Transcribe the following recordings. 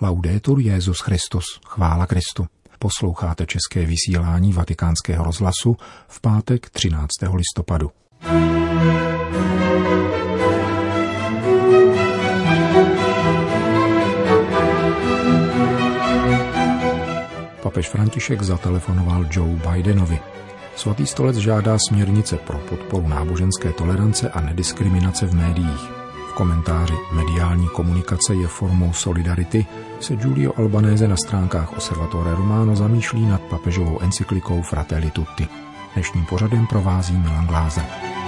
Laudetur Jesus Christus, chvála Kristu. Posloucháte české vysílání Vatikánského rozhlasu v pátek 13. listopadu. Papež František zatelefonoval Joe Bidenovi. Svatý stolec žádá směrnice pro podporu náboženské tolerance a nediskriminace v médiích. V komentáři Mediální komunikace je formou solidarity se Giulio Albanese na stránkách Osservatore Romano zamýšlí nad papežovou encyklikou Fratelli Tutti. Dnešním pořadem provází Milan Glázer.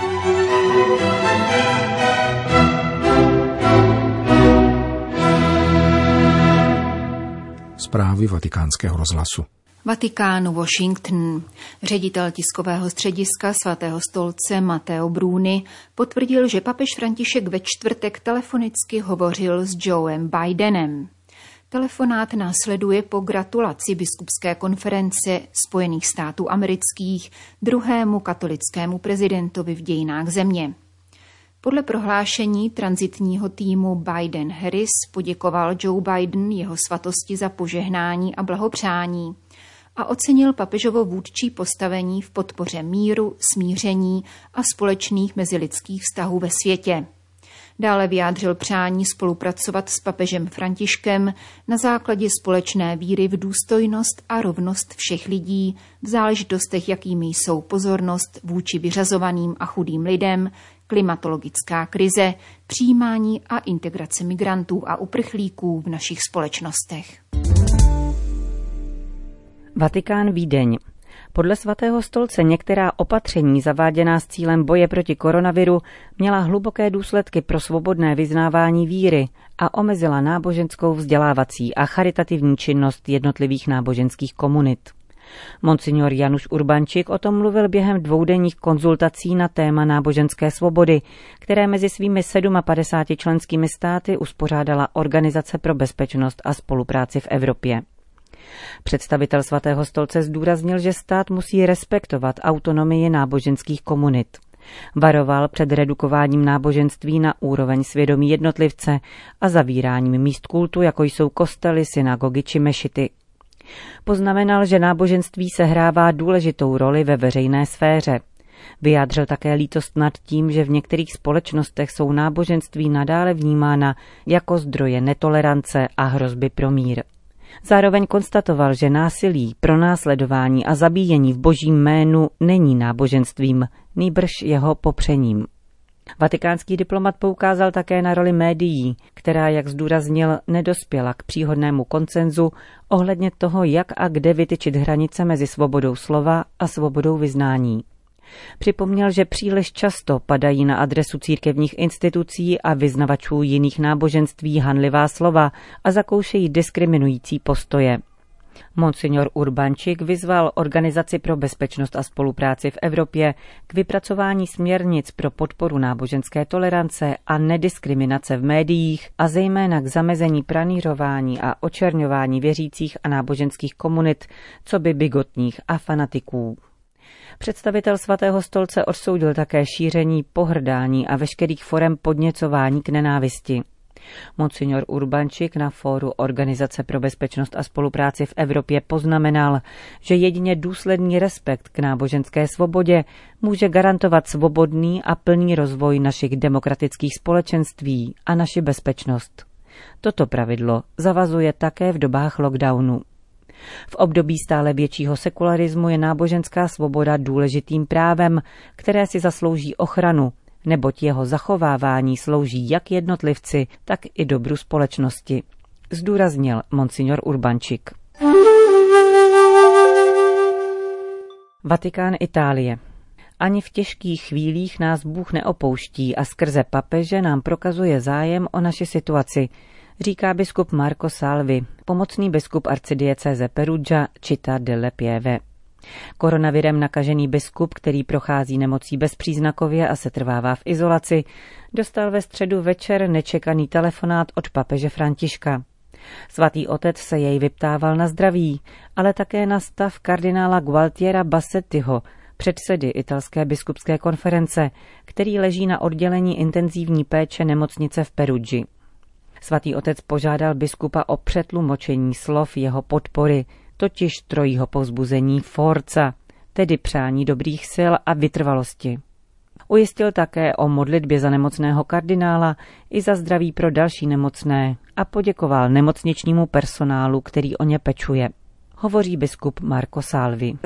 Zprávy Vatikánského rozhlasu. Vatikán, Washington. Ředitel tiskového střediska Svatého stolce Matteo Bruni potvrdil, že papež František ve čtvrtek telefonicky hovořil s Joem Bidenem. Telefonát následuje po gratulaci biskupské konference Spojených států amerických druhému katolickému prezidentovi v dějinách země. Podle prohlášení tranzitního týmu Biden-Harris poděkoval Joe Biden jeho svatosti za požehnání a blahopřání a ocenil papežovo vůdčí postavení v podpoře míru, smíření a společných mezilidských vztahů ve světě. Dále vyjádřil přání spolupracovat s papežem Františkem na základě společné víry v důstojnost a rovnost všech lidí v záležitostech, jakými jsou pozornost vůči vyřazovaným a chudým lidem, klimatologická krize, přijímání a integrace migrantů a uprchlíků v našich společnostech. Vatikán, Vídeň. Podle Svatého stolce některá opatření zaváděná s cílem boje proti koronaviru měla hluboké důsledky pro svobodné vyznávání víry a omezila náboženskou vzdělávací a charitativní činnost jednotlivých náboženských komunit. Monsignor Januš Urbančík o tom mluvil během dvoudenních konzultací na téma náboženské svobody, které mezi svými 57 členskými státy uspořádala Organizace pro bezpečnost a spolupráci v Evropě. Představitel Svatého stolce zdůraznil, že stát musí respektovat autonomii náboženských komunit. Varoval před redukováním náboženství na úroveň svědomí jednotlivce a zavíráním míst kultu, jako jsou kostely, synagogy či mešity. Poznamenal, že náboženství sehrává důležitou roli ve veřejné sféře. Vyjádřil také lítost nad tím, že v některých společnostech jsou náboženství nadále vnímána jako zdroje netolerance a hrozby pro mír. Zároveň konstatoval, že násilí, pronásledování a zabíjení v božím jménu není náboženstvím, nýbrž jeho popřením. Vatikánský diplomat poukázal také na roli médií, která, jak zdůraznil, nedospěla k příhodnému konsenzu ohledně toho, jak a kde vytyčit hranice mezi svobodou slova a svobodou vyznání. Připomněl, že příliš často padají na adresu církevních institucí a vyznavačů jiných náboženství hanlivá slova a zakoušejí diskriminující postoje. Monsignor Urbančík vyzval Organizaci pro bezpečnost a spolupráci v Evropě k vypracování směrnic pro podporu náboženské tolerance a nediskriminace v médiích a zejména k zamezení pranířování a očerňování věřících a náboženských komunit, coby bigotních a fanatiků. Představitel Svatého stolce odsoudil také šíření pohrdání a veškerých forem podněcování k nenávisti. Monsignor Urbančík na fóru Organizace pro bezpečnost a spolupráci v Evropě poznamenal, že jedině důsledný respekt k náboženské svobodě může garantovat svobodný a plný rozvoj našich demokratických společenství a naši bezpečnost. Toto pravidlo zavazuje také v dobách lockdownu. V období stále většího sekularismu je náboženská svoboda důležitým právem, které si zaslouží ochranu, neboť jeho zachovávání slouží jak jednotlivci, tak i dobru společnosti, zdůraznil monsignor Urbančík. Vatikán, Itálie. Ani v těžkých chvílích nás Bůh neopouští a skrze papeže nám prokazuje zájem o naši situaci, říká biskup Marco Salvi, pomocný biskup arcidiecéze Perugia Città delle Pieve. Koronavirem nakažený biskup, který prochází nemocí bezpříznakově a setrvává v izolaci, dostal ve středu večer nečekaný telefonát od papeže Františka. Svatý otec se jej vyptával na zdraví, ale také na stav kardinála Gualtiera Bassettiho, předsedy italské biskupské konference, který leží na oddělení intenzivní péče nemocnice v Perugii. Svatý otec požádal biskupa o přetlumočení slov jeho podpory, totiž trojího povzbuzení forza, tedy přání dobrých sil a vytrvalosti. Ujistil také o modlitbě za nemocného kardinála i za zdraví pro další nemocné a poděkoval nemocničnímu personálu, který o ně pečuje. Hovoří biskup Marco Salvi.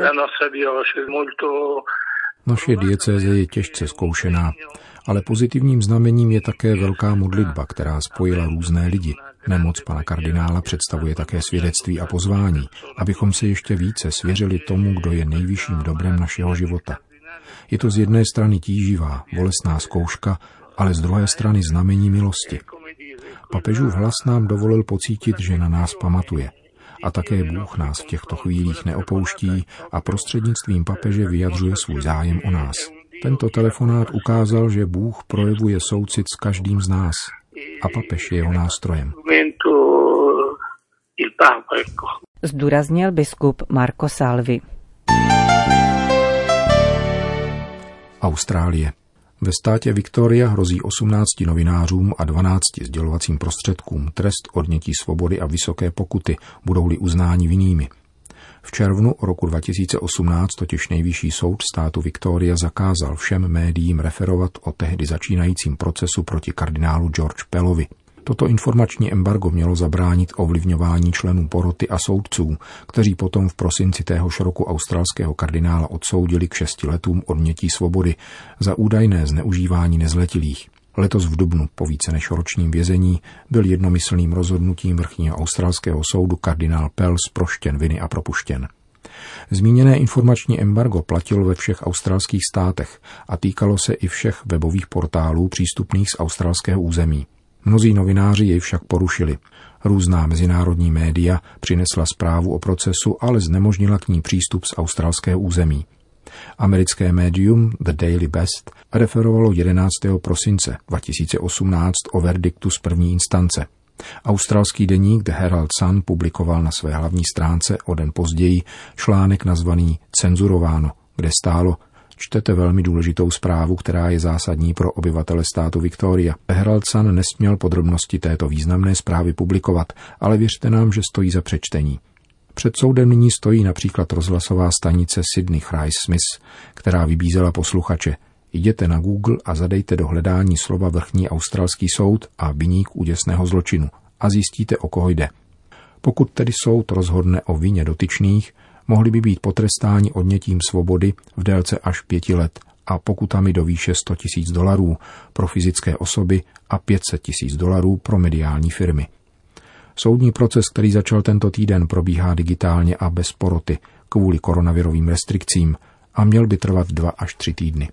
Naše diecéze je těžce zkoušená, ale pozitivním znamením je také velká modlitba, která spojila různé lidi. Nemoc pana kardinála představuje také svědectví a pozvání, abychom se ještě více svěřili tomu, kdo je nejvyšším dobrem našeho života. Je to z jedné strany tíživá, bolestná zkouška, ale z druhé strany znamení milosti. Papežův hlas nám dovolil pocítit, že na nás pamatuje. A také Bůh nás v těchto chvílích neopouští a prostřednictvím papeže vyjadřuje svůj zájem o nás. Tento telefonát ukázal, že Bůh projevuje soucit s každým z nás a papež je jeho nástrojem. Zdůraznil biskup Marco Salvi. Austrálie. Ve státě Victoria hrozí 18 novinářům a 12 sdělovacím prostředkům trest odnětí svobody a vysoké pokuty, budou-li uznáni vinnými. V červnu roku 2018 totiž nejvyšší soud státu Victoria zakázal všem médiím referovat o tehdy začínajícím procesu proti kardinálu George Pellovi. Toto informační embargo mělo zabránit ovlivňování členů poroty a soudců, kteří potom v prosinci téhož roku australského kardinála odsoudili k 6 letům odnětí svobody za údajné zneužívání nezletilých. Letos v dubnu po více než ročním vězení byl jednomyslným rozhodnutím vrchního australského soudu kardinál Pell zproštěn viny a propuštěn. Zmíněné informační embargo platilo ve všech australských státech a týkalo se i všech webových portálů přístupných z australského území. Mnozí novináři jej však porušili. Různá mezinárodní média přinesla zprávu o procesu, ale znemožnila k ní přístup z australského území. Americké médium The Daily Beast referovalo 11. prosince 2018 o verdiktu z první instance. Australský deník The Herald Sun publikoval na své hlavní stránce o den později článek nazvaný Cenzurováno, kde stálo: čtete velmi důležitou zprávu, která je zásadní pro obyvatele státu Victoria. Herald Sun nesměl podrobnosti této významné zprávy publikovat, ale věřte nám, že stojí za přečtení. Před soudem nyní stojí například rozhlasová stanice Sydney Chrise Smith, která vybízela posluchače: jděte na Google a zadejte do hledání slova vrchní australský soud a viník úděsného zločinu a zjistíte, o koho jde. Pokud tedy soud rozhodne o vině dotyčných, mohli by být potrestáni odnětím svobody v délce až 5 let a pokutami do výše $100,000 pro fyzické osoby a $500,000 pro mediální firmy. Soudní proces, který začal tento týden, probíhá digitálně a bez poroty kvůli koronavirovým restrikcím a měl by trvat 2 až 3 týdny.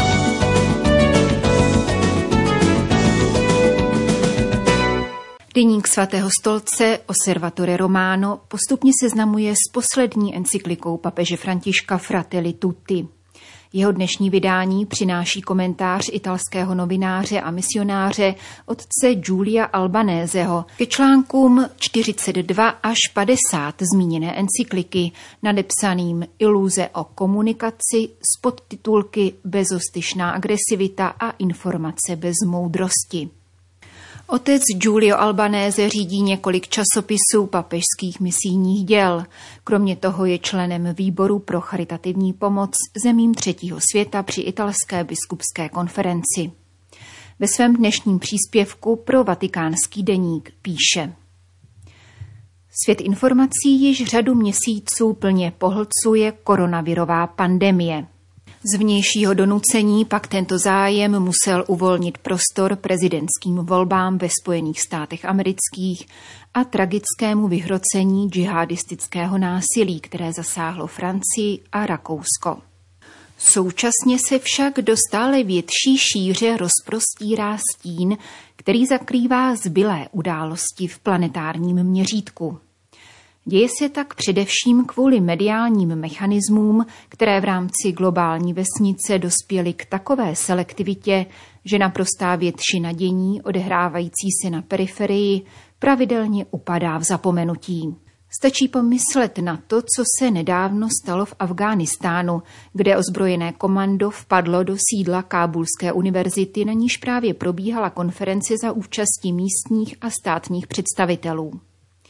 Deník svatého stolce Osservatore Romano postupně seznamuje s poslední encyklikou papeže Františka Fratelli Tutti. Jeho dnešní vydání přináší komentář italského novináře a misionáře otce Giulia Albaneseho ke článkům 42 až 50 zmíněné encykliky, nadepsaným Iluze o komunikaci s podtitulky Bezostyšná agresivita a informace bez moudrosti. Otec Giulio Albanese řídí několik časopisů papežských misijních děl. Kromě toho je členem výboru pro charitativní pomoc zemím třetího světa při italské biskupské konferenci. Ve svém dnešním příspěvku pro Vatikánský deník píše: Svět informací již řadu měsíců plně pohlcuje koronavirová pandemie. Z vnějšího donucení pak tento zájem musel uvolnit prostor prezidentským volbám ve Spojených státech amerických a tragickému vyhrocení džihadistického násilí, které zasáhlo Francii a Rakousko. Současně se však do stále větší šíře rozprostírá stín, který zakrývá zbylé události v planetárním měřítku. Děje se tak především kvůli mediálním mechanismům, které v rámci globální vesnice dospěly k takové selektivitě, že naprostá většina dění odehrávající se na periferii pravidelně upadá v zapomenutí. Stačí pomyslet na to, co se nedávno stalo v Afghánistánu, kde ozbrojené komando vpadlo do sídla Kábulské univerzity, na níž právě probíhala konference za účasti místních a státních představitelů.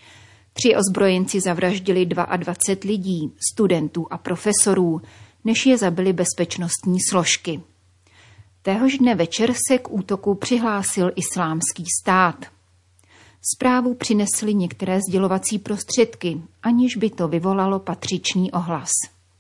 3 ozbrojenci zavraždili 22 lidí, studentů a profesorů, než je zabili bezpečnostní složky. Téhož dne večer se k útoku přihlásil Islámský stát. Zprávu přinesly některé sdělovací prostředky, aniž by to vyvolalo patřičný ohlas.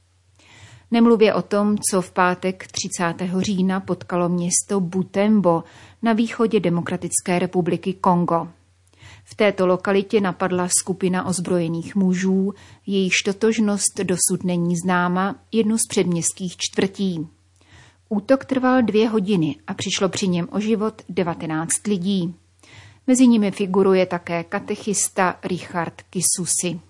Nemluvě o tom, co v pátek 30. října potkalo město Butembo na východě Demokratické republiky Kongo. V této lokalitě napadla skupina ozbrojených mužů, jejichž totožnost dosud není známa, jednu z předměstských čtvrtí. Útok trval 2 hodiny a přišlo při něm o život 19 lidí. Mezi nimi figuruje také katechista Richard Kisusi.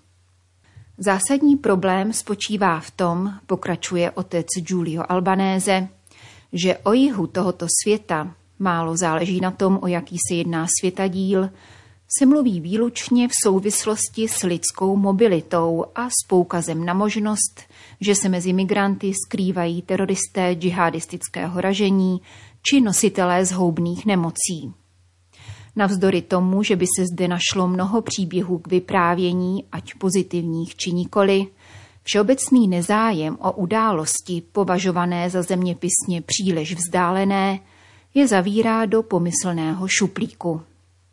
Zásadní problém spočívá v tom, pokračuje otec Giulio Albanese, že o jihu tohoto světa, málo záleží na tom, o jaký se jedná světadíl, se mluví výlučně v souvislosti s lidskou mobilitou a s poukazem na možnost, že se mezi migranty skrývají teroristé džihadistického ražení či nositelé zhoubných nemocí. Navzdory tomu, že by se zde našlo mnoho příběhů k vyprávění, ať pozitivních či nikoli, všeobecný nezájem o události považované za zeměpisně příliš vzdálené je zavírá do pomyslného šuplíku.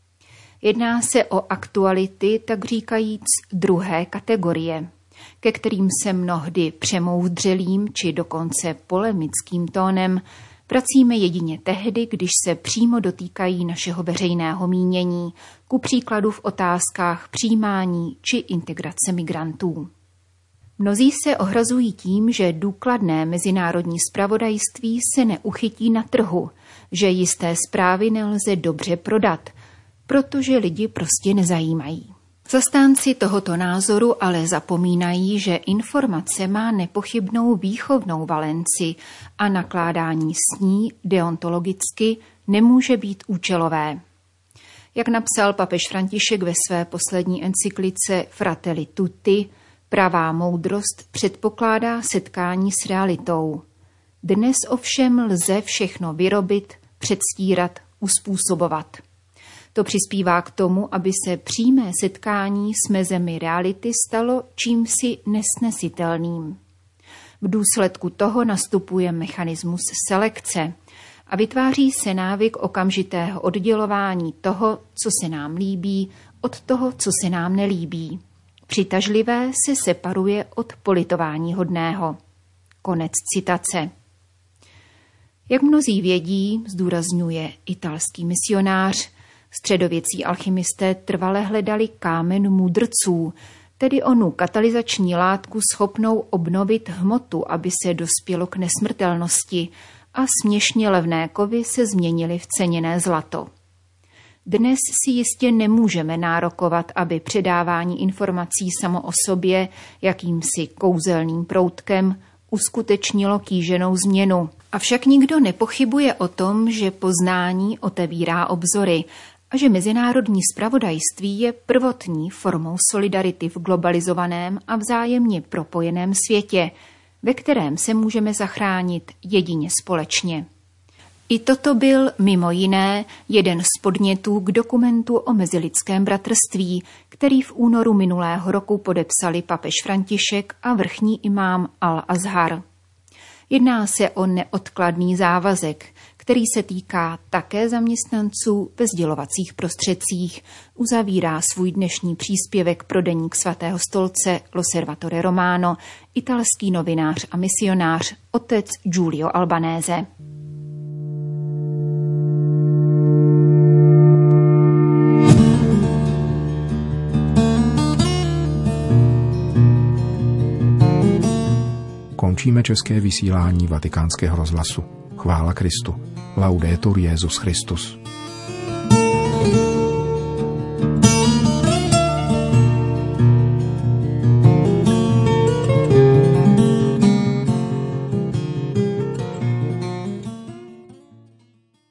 Jedná se o aktuality, tak říkajíc, druhé kategorie, ke kterým se mnohdy přemoudřelým či dokonce polemickým tónem vracíme jedině tehdy, když se přímo dotýkají našeho veřejného mínění, ku příkladu v otázkách přijímání či integrace migrantů. Mnozí se ohrazují tím, že důkladné mezinárodní zpravodajství se neuchytí na trhu, že jisté zprávy nelze dobře prodat, protože lidi prostě nezajímají. Zastánci tohoto názoru ale zapomínají, že informace má nepochybnou výchovnou valenci a nakládání s ní deontologicky nemůže být účelové. Jak napsal papež František ve své poslední encyklice Fratelli Tutti, pravá moudrost předpokládá setkání s realitou. Dnes ovšem lze všechno vyrobit, předstírat, uspůsobovat. To přispívá k tomu, aby se přímé setkání s mezemi reality stalo čímsi nesnesitelným. V důsledku toho nastupuje mechanismus selekce a vytváří se návyk okamžitého oddělování toho, co se nám líbí, od toho, co se nám nelíbí. Přitažlivé se separuje od politování hodného. Konec citace. Jak mnozí vědí, zdůrazňuje italský misionář, středověcí alchymisté trvale hledali kámen mudrců, tedy onu katalyzační látku schopnou obnovit hmotu, aby se dospělo k nesmrtelnosti a směšně levné kovy se změnily v ceněné zlato. Dnes si jistě nemůžeme nárokovat, aby předávání informací samo o sobě jakýmsi kouzelným proutkem uskutečnilo kýženou změnu. Avšak nikdo nepochybuje o tom, že poznání otevírá obzory a že mezinárodní zpravodajství je prvotní formou solidarity v globalizovaném a vzájemně propojeném světě, ve kterém se můžeme zachránit jedině společně. I toto byl mimo jiné jeden z podnětů k dokumentu o mezilidském bratrství, který v únoru minulého roku podepsali papež František a vrchní imám Al-Azhar. Jedná se o neodkladný závazek, který se týká také zaměstnanců ve sdělovacích prostředcích, uzavírá svůj dnešní příspěvek pro deník Svatého stolce L'Osservatore Romano italský novinář a misionář otec Giulio Albanese. Končíme české vysílání Vatikánského rozhlasu. Chvála Kristu. Laudetur Jesus Christus.